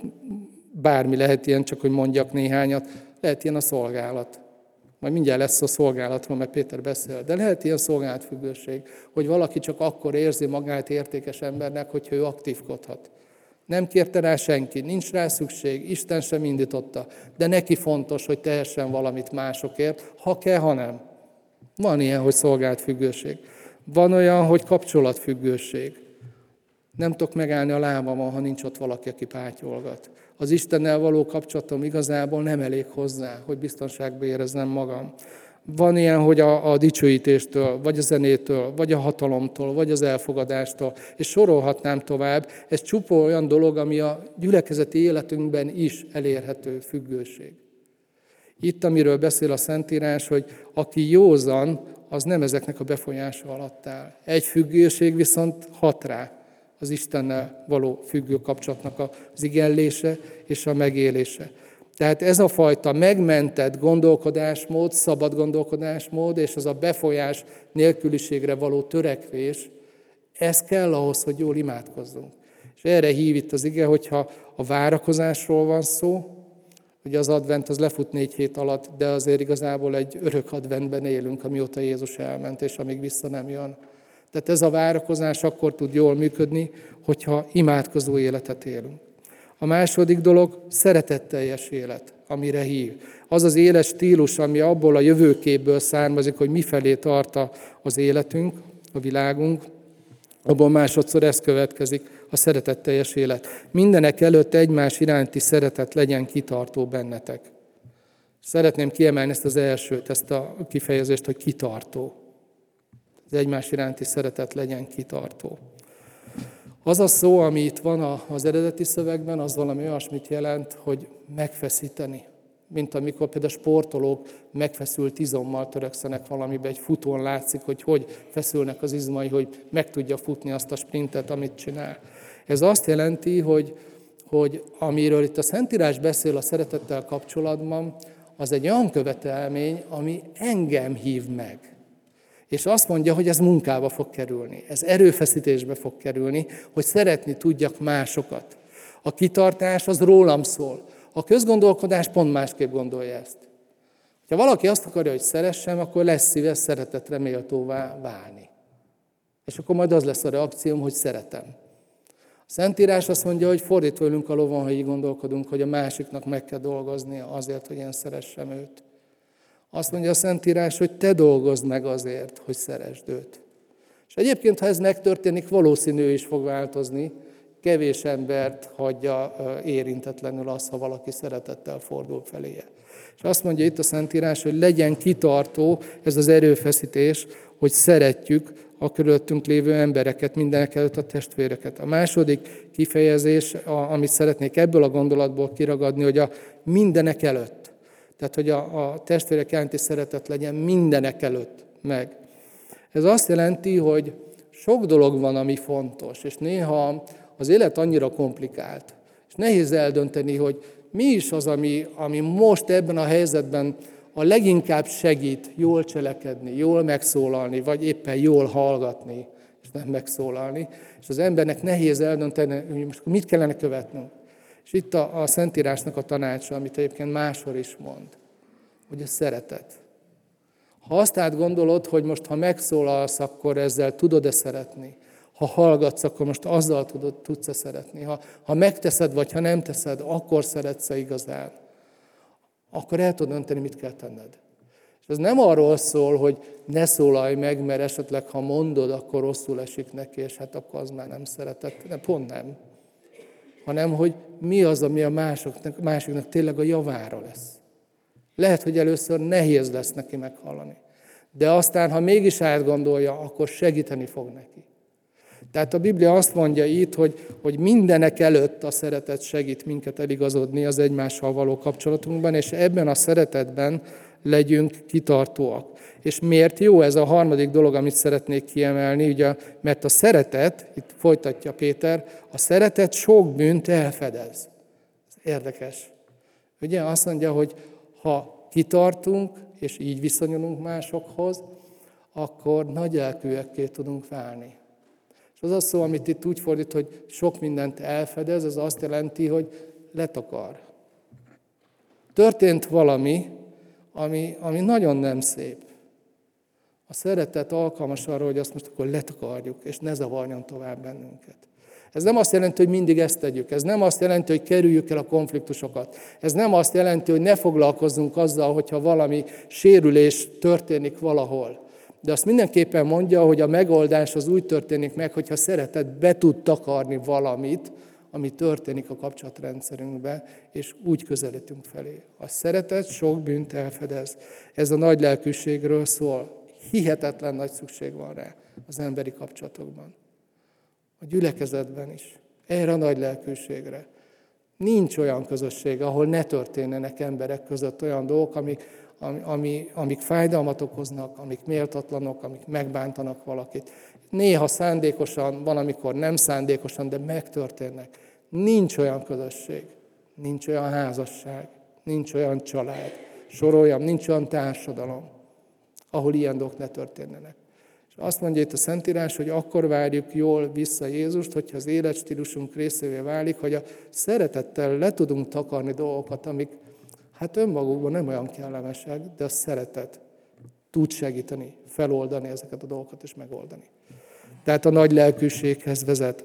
bármi lehet ilyen, csak hogy mondjak néhányat, lehet ilyen a szolgálat. Majd mindjárt lesz a szolgálatról, mert Péter beszél. De lehet ilyen szolgálatfüggőség, hogy valaki csak akkor érzi magát értékes embernek, hogyha ő aktívkodhat. Nem kérte rá senki, nincs rá szükség, Isten sem indította, de neki fontos, hogy tehessen valamit másokért, ha kell, ha nem. Van ilyen, hogy szolgálatfüggőség. Van olyan, hogy kapcsolatfüggőség. Nem tudok megállni a lábamon, ha nincs ott valaki, aki pátyolgat. Az Istennel való kapcsolatom igazából nem elég hozzá, hogy biztonságban érezzem magam. Van ilyen, hogy a dicsőítéstől, vagy a zenétől, vagy a hatalomtól, vagy az elfogadástól, és sorolhatnám tovább. Ez csupa olyan dolog, ami a gyülekezeti életünkben is elérhető függőség. Itt, amiről beszél a Szentírás, hogy aki józan, az nem ezeknek a befolyása alatt áll. Egy függőség viszont hat rá. Az Istennel való függő kapcsolatnak az igenlése és a megélése. Tehát ez a fajta megmentett gondolkodásmód, szabad gondolkodásmód, és az a befolyás nélküliségre való törekvés, ez kell ahhoz, hogy jól imádkozzunk. És erre hív itt az ige, hogyha a várakozásról van szó, ugye az advent az lefut 4 hét alatt, de azért igazából egy örök adventben élünk, amióta Jézus elment, és amíg vissza nem jön. Tehát ez a várakozás akkor tud jól működni, hogyha imádkozó életet élünk. A második dolog szeretetteljes élet, amire hív. Az az éles stílus, ami abból a jövőképből származik, hogy mifelé tart az életünk, a világunk, abból másodszor ez következik, a szeretetteljes élet. Mindenek előtt egymás iránti szeretet legyen kitartó bennetek. Szeretném kiemelni ezt az elsőt, ezt a kifejezést, hogy kitartó. Az egymás iránti szeretet legyen kitartó. Az a szó, ami itt van az eredeti szövegben, az valami olyasmit jelent, hogy megfeszíteni. Mint amikor például sportolók megfeszült izommal törekszenek valamibe, egy futón látszik, hogy feszülnek az izmai, hogy meg tudja futni azt a sprintet, amit csinál. Ez azt jelenti, hogy amiről itt a Szentírás beszél a szeretettel kapcsolatban, az egy olyan követelmény, ami engem hív meg. És azt mondja, hogy ez munkába fog kerülni, ez erőfeszítésbe fog kerülni, hogy szeretni tudjak másokat. A kitartás az rólam szól. A közgondolkodás pont másképp gondolja ezt. Ha valaki azt akarja, hogy szeressem, akkor lesz szíves szeretetre méltóvá válni. És akkor majd az lesz a reakcióm, hogy szeretem. A Szentírás azt mondja, hogy fordítva ülünk a lovon, ha így gondolkodunk, hogy a másiknak meg kell dolgoznia azért, hogy én szeressem őt. Azt mondja a Szentírás, hogy te dolgozd meg azért, hogy szeresd őt. És egyébként, ha ez megtörténik, valószínű is fog változni. Kevés embert hagyja érintetlenül az, ha valaki szeretettel fordul feléje. És azt mondja itt a Szentírás, hogy legyen kitartó ez az erőfeszítés, hogy szeretjük a körülöttünk lévő embereket, mindenekelőtt a testvéreket. A második kifejezés, amit szeretnék ebből a gondolatból kiragadni, hogy a mindenek előtt. Tehát, hogy a testvérek iránti szeretet legyen mindenek előtt meg. Ez azt jelenti, hogy sok dolog van, ami fontos, és néha az élet annyira komplikált, és nehéz eldönteni, hogy mi is az, ami most ebben a helyzetben a leginkább segít jól cselekedni, jól megszólalni, vagy éppen jól hallgatni. És és nem megszólalni, és az embernek nehéz eldönteni, hogy most mit kellene követnünk. És itt a Szentírásnak a tanácsa, amit egyébként máshol is mond, hogy a szeretet. Ha azt átgondolod, hogy most ha megszólalsz, akkor ezzel tudod-e szeretni? Ha hallgatsz, akkor most azzal tudsz-e szeretni? Ha megteszed, vagy ha nem teszed, akkor szeretsz-e igazán? Akkor el tudod dönteni, mit kell tenned. És ez nem arról szól, hogy ne szólalj meg, mert esetleg ha mondod, akkor rosszul esik neki, és hát akkor az már nem szeretett. De pont nem. Hanem, hogy mi az, ami a másiknak tényleg a javára lesz. Lehet, hogy először nehéz lesz neki meghallani. De aztán, ha mégis átgondolja, akkor segíteni fog neki. Tehát a Biblia azt mondja itt, hogy mindenek előtt a szeretet segít minket eligazodni az egymással való kapcsolatunkban, és ebben a szeretetben legyünk kitartóak. És miért jó ez a harmadik dolog, amit szeretnék kiemelni, ugye, mert a szeretet, itt folytatja Péter, a szeretet sok bűnt elfedez. Ez érdekes. Ugye azt mondja, hogy ha kitartunk, és így viszonyulunk másokhoz, akkor nagylelkűekké tudunk válni. És az a szó, amit itt úgy fordít, hogy sok mindent elfedez, az azt jelenti, hogy letakar. Történt valami, ami nagyon nem szép. A szeretet alkalmas arra, hogy azt most akkor letakarjuk, és ne zavarjon tovább bennünket. Ez nem azt jelenti, hogy mindig ezt tegyük. Ez nem azt jelenti, hogy kerüljük el a konfliktusokat. Ez nem azt jelenti, hogy ne foglalkozzunk azzal, hogyha valami sérülés történik valahol. De azt mindenképpen mondja, hogy a megoldás az úgy történik meg, hogyha szeretet be tud takarni valamit, ami történik a kapcsolatrendszerünkbe, és úgy közelítünk felé. A szeretet sok bűnt elfedez. Ez a nagy lelkűségről szól. Hihetetlen nagy szükség van rá az emberi kapcsolatokban. A gyülekezetben is. Erre a nagy lelkűségre. Nincs olyan közösség, ahol ne történnenek emberek között olyan dolgok, amik fájdalmat okoznak, amik méltatlanok, amik megbántanak valakit. Néha szándékosan, van, amikor nem szándékosan, de megtörténnek. Nincs olyan közösség, nincs olyan házasság, nincs olyan család, soroljam, nincs olyan társadalom, ahol ilyen dolgok ne történnenek. És azt mondja itt a Szentírás, hogy akkor várjuk jól vissza Jézust, hogyha az életstílusunk részévé válik, hogy a szeretettel le tudunk takarni dolgokat, amik hát önmagukban nem olyan kellemesek, de a szeretet tud segíteni, feloldani ezeket a dolgokat és megoldani. Tehát a nagy lelkűséghez vezet.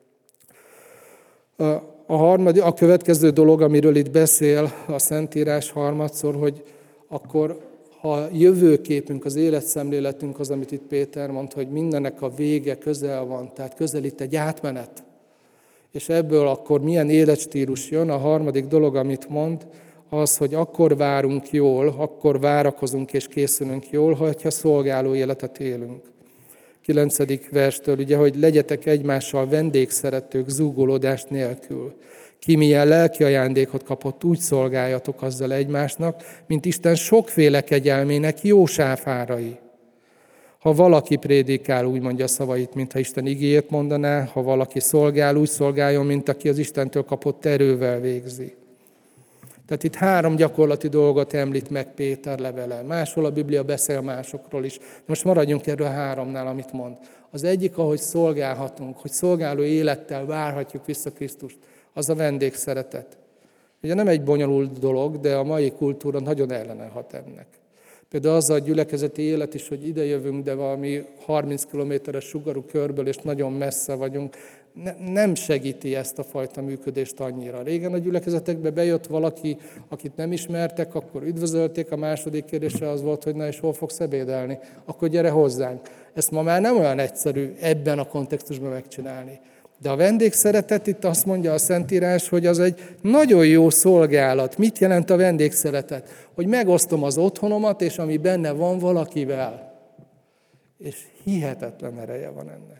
A következő dolog, amiről itt beszél a Szentírás harmadszor, hogy akkor, ha jövőképünk, az életszemléletünk az, amit itt Péter mond, hogy mindennek a vége közel van, tehát közelít egy átmenet. És ebből akkor milyen életstílus jön? A harmadik dolog, amit mond, az, hogy akkor várunk jól, akkor várakozunk és készülünk jól, ha szolgáló életet élünk. 9. verstől, ugye, hogy legyetek egymással vendégszeretők zúgolódás nélkül. Ki milyen lelki ajándékot kapott, úgy szolgáljatok azzal egymásnak, mint Isten sokféle kegyelmének jó sáfárai. Ha valaki prédikál, úgy mondja a szavait, mintha Isten igéjét mondaná, ha valaki szolgál, úgy szolgáljon, mint aki az Istentől kapott erővel végzi. Tehát itt 3 gyakorlati dolgot említ meg Péter levele. Máshol a Biblia beszél másokról is. Most maradjunk erről a 3-nál, amit mond. Az egyik, ahogy szolgálhatunk, hogy szolgáló élettel várhatjuk vissza Krisztust, az a vendégszeretet. Ugye nem egy bonyolult dolog, de a mai kultúra nagyon ellene hat ennek. Például az a gyülekezeti élet is, hogy ide jövünk, de valami 30 kilométeres sugarú körből, és nagyon messze vagyunk, nem segíti ezt a fajta működést annyira. Régen a gyülekezetekbe bejött valaki, akit nem ismertek, akkor üdvözölték, a második kérdése az volt, hogy na és hol fogsz ebédelni, akkor gyere hozzánk. Ezt ma már nem olyan egyszerű ebben a kontextusban megcsinálni. De a vendégszeretet, itt azt mondja a Szentírás, hogy az egy nagyon jó szolgálat. Mit jelent a vendégszeretet? Hogy megosztom az otthonomat, és ami benne van valakivel. És hihetetlen ereje van ennek.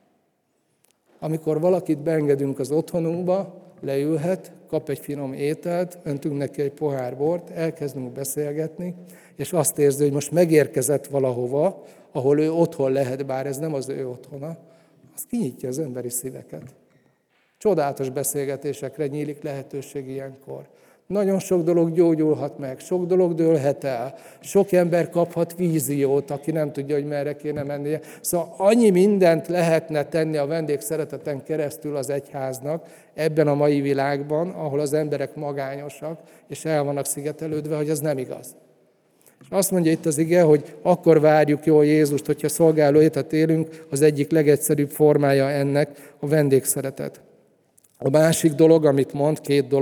Amikor valakit beengedünk az otthonunkba, leülhet, kap egy finom ételt, öntünk neki egy pohár bort, elkezdünk beszélgetni, és azt érzi, hogy most megérkezett valahova, ahol ő otthon lehet, bár ez nem az ő otthona, az kinyitja az emberi szíveket. Csodálatos beszélgetésekre nyílik lehetőség ilyenkor. Nagyon sok dolog gyógyulhat meg, sok dolog dőlhet el, sok ember kaphat víziót, aki nem tudja, hogy merre kéne mennie. Szóval annyi mindent lehetne tenni a vendégszereteten keresztül az egyháznak ebben a mai világban, ahol az emberek magányosak, és el vannak szigetelődve, hogy ez nem igaz. És azt mondja itt az ige, hogy akkor várjuk jól Jézust, hogyha szolgáló életet élünk, az egyik legegyszerűbb formája ennek a vendégszeretet. A másik dolog, amit mond,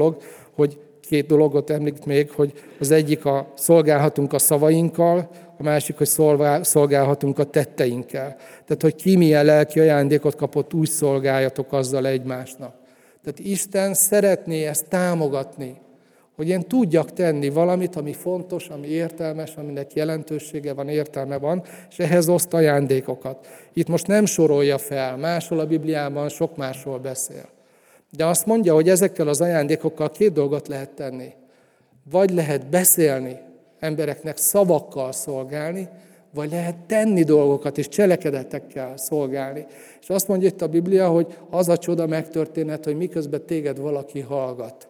két dologot említ még, hogy az egyik szolgálhatunk a szavainkkal, a másik, hogy szolgálhatunk a tetteinkkel. Tehát, hogy ki milyen lelki ajándékot kapott, úgy szolgáljatok azzal egymásnak. Tehát Isten szeretné ezt támogatni, hogy én tudjak tenni valamit, ami fontos, ami értelmes, aminek jelentősége van, értelme van, és ehhez oszt ajándékokat. Itt most nem sorolja fel, máshol a Bibliában sok másról beszél. De azt mondja, hogy ezekkel az ajándékokkal két dolgot lehet tenni. Vagy lehet beszélni, embereknek szavakkal szolgálni, vagy lehet tenni dolgokat és cselekedetekkel szolgálni. És azt mondja itt a Biblia, hogy az a csoda megtörténhet, hogy miközben téged valaki hallgat.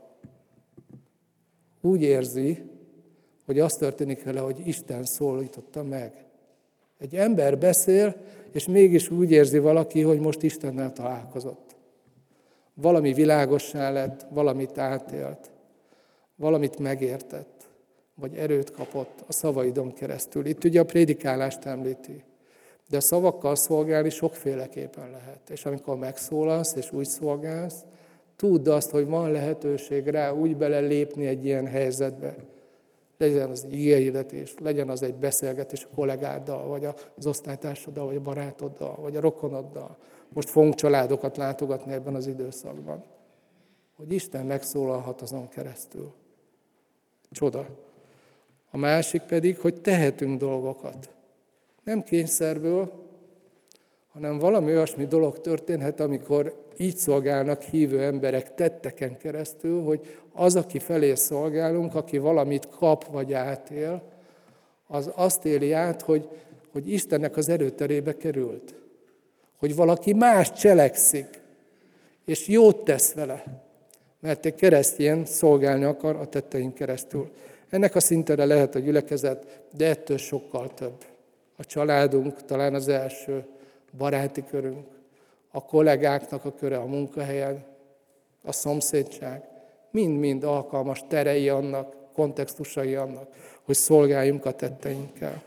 Úgy érzi, hogy az történik vele, hogy Isten szólította meg. Egy ember beszél, és mégis úgy érzi valaki, hogy most Istennel találkozott. Valami világossá lett, valamit átélt, valamit megértett, vagy erőt kapott a szavaidon keresztül. Itt ugye a prédikálást említi, de a szavakkal szolgálni sokféleképpen lehet. És amikor megszólalsz és úgy szolgálsz, tudd azt, hogy van lehetőség rá úgy belelépni egy ilyen helyzetbe. Legyen az egy igehirdetés, legyen az egy beszélgetés a kollégáddal, vagy az osztálytársaddal, vagy a barátoddal, vagy a rokonoddal. Most fogunk családokat látogatni ebben az időszakban. Hogy Isten megszólalhat azon keresztül. Csoda. A másik pedig, hogy tehetünk dolgokat. Nem kényszerből, hanem valami olyasmi dolog történhet, amikor így szolgálnak hívő emberek tetteken keresztül, hogy az, aki felé szolgálunk, aki valamit kap vagy átél, az azt éli át, hogy Istennek az erőterébe került. Hogy valaki más cselekszik, és jót tesz vele. Mert egy keresztény szolgálni akar a tetteink keresztül. Ennek a szintere lehet a gyülekezet, de ettől sokkal több. A családunk talán az első, baráti körünk, a kollégáknak a köre a munkahelyen, a szomszédság, mind-mind alkalmas terei annak, kontextusai annak, hogy szolgáljunk a tetteinkkel.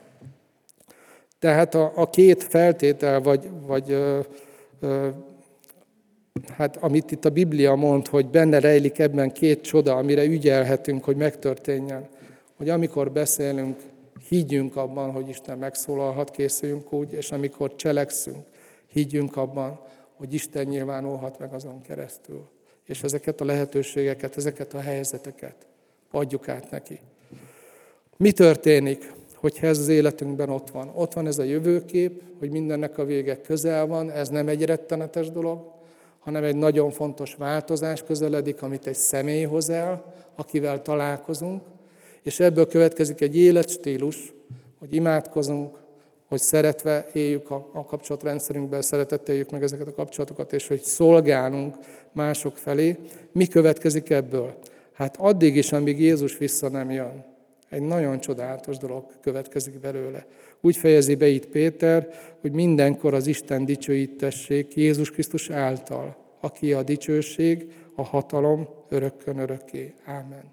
Tehát a két feltétel, amit itt a Biblia mond, hogy benne rejlik ebben két csoda, amire ügyelhetünk, hogy megtörténjen, hogy amikor beszélünk, higgyünk abban, hogy Isten megszólalhat, készüljünk úgy, és amikor cselekszünk, higgyünk abban, hogy Isten nyilvánulhat meg azon keresztül. És ezeket a lehetőségeket, ezeket a helyzeteket adjuk át neki. Mi történik, hogyha ez az életünkben ott van? Ott van ez a jövőkép, hogy mindennek a vége közel van, ez nem egy rettenetes dolog, hanem egy nagyon fontos változás közeledik, amit egy személy hoz el, akivel találkozunk, és ebből következik egy életstílus, hogy imádkozunk, hogy szeretve éljük a kapcsolatrendszerünkben, szeretettel éljük meg ezeket a kapcsolatokat, és hogy szolgálunk mások felé. Mi következik ebből? Hát addig is, amíg Jézus vissza nem jön. Egy nagyon csodálatos dolog következik belőle. Úgy fejezi be itt Péter, hogy mindenkor az Isten dicsőítessék Jézus Krisztus által, aki a dicsőség, a hatalom örökkön örökké. Ámen.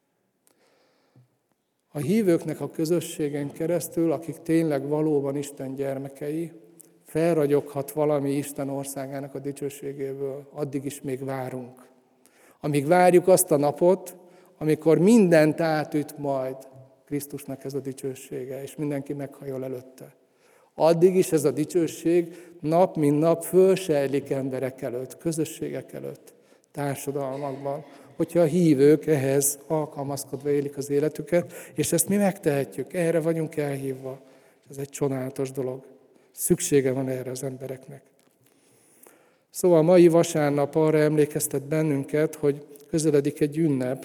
A hívőknek a közösségen keresztül, akik tényleg valóban Isten gyermekei, felragyoghat valami Isten országának a dicsőségéből, addig is még várunk. Amíg várjuk azt a napot, amikor mindent átüt majd Krisztusnak ez a dicsősége, és mindenki meghajol előtte. Addig is ez a dicsőség nap mint nap fölsejlik emberek előtt, közösségek előtt, társadalmakban, hogyha a hívők ehhez alkalmazkodva élik az életüket, és ezt mi megtehetjük, erre vagyunk elhívva. Ez egy csodálatos dolog. Szüksége van erre az embereknek. Szóval mai vasárnap arra emlékeztet bennünket, hogy közeledik egy ünnep,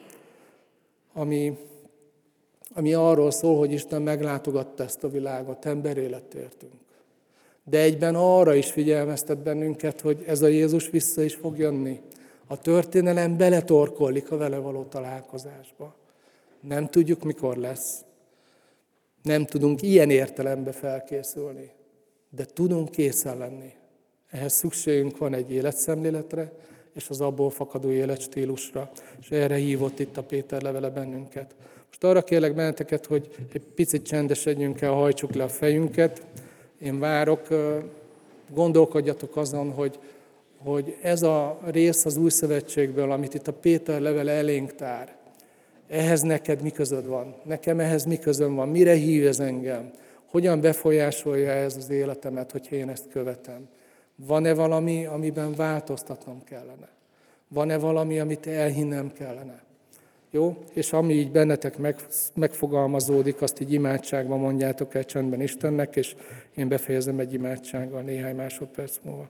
ami arról szól, hogy Isten meglátogatta ezt a világot, emberélet értünk. De egyben arra is figyelmeztet bennünket, hogy ez a Jézus vissza is fog jönni. A történelem beletorkollik a vele való találkozásba. Nem tudjuk, mikor lesz. Nem tudunk ilyen értelemben felkészülni, de tudunk készen lenni. Ehhez szükségünk van egy életszemléletre, és az abból fakadó életstílusra. És erre hívott itt a Péter levele bennünket. Most arra kérlek benneteket, hogy egy picit csendesedjünk el, hajtsuk le a fejünket. Én várok, gondolkodjatok azon, hogy ez a rész az Új Szövetségből, amit itt a Péter levele elénk tár, ehhez neked mi közöd van? Nekem ehhez mi közöm van? Mire hív ez engem? Hogyan befolyásolja ez az életemet, hogyha én ezt követem? Van-e valami, amiben változtatnom kellene? Van-e valami, amit elhinnem kellene? Jó? És ami így bennetek megfogalmazódik, azt így imádságban mondjátok el csendben Istennek, és én befejezem egy imádsággal néhány másodperc múlva.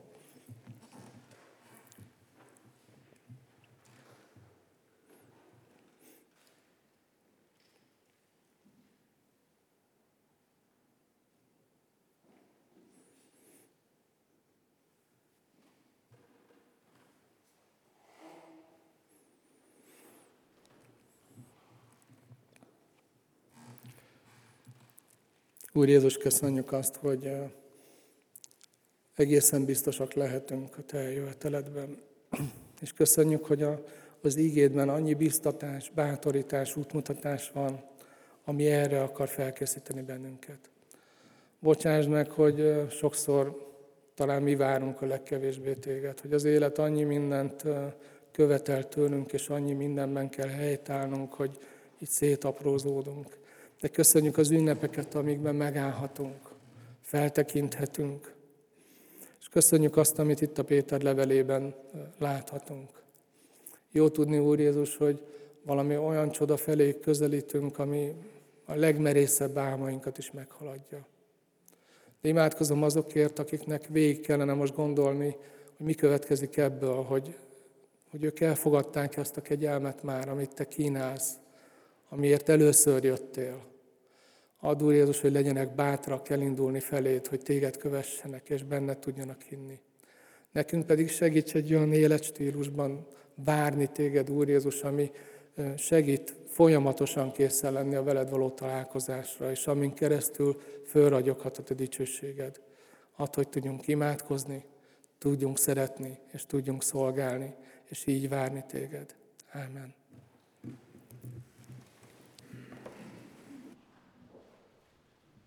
Úr Jézus, köszönjük azt, hogy egészen biztosak lehetünk a Te eljöveteledben. És köszönjük, hogy az ígédben annyi biztatás, bátorítás, útmutatás van, ami erre akar felkészíteni bennünket. Bocsásd meg, hogy sokszor talán mi várunk a legkevésbé Téged, hogy az élet annyi mindent követel tőlünk, és annyi mindenben kell helytállnunk, hogy így szétaprózódunk. De köszönjük az ünnepeket, amikben megállhatunk, feltekinthetünk. És köszönjük azt, amit itt a Péter levelében láthatunk. Jó tudni, Úr Jézus, hogy valami olyan csoda felé közelítünk, ami a legmerészebb álmainkat is meghaladja. De imádkozom azokért, akiknek végig kellene most gondolni, hogy mi következik ebből, hogy ők elfogadták ezt a kegyelmet már, amit Te kínálsz, amiért először jöttél. Add, Úr Jézus, hogy legyenek bátrak elindulni feléd, hogy Téged kövessenek, és benned tudjanak hinni. Nekünk pedig segíts egy olyan életstílusban várni Téged, Úr Jézus, ami segít folyamatosan készen lenni a veled való találkozásra, és amin keresztül fölragyoghat a Te dicsőséged. Add, hogy tudjunk imádkozni, tudjunk szeretni, és tudjunk szolgálni, és így várni Téged. Ámen.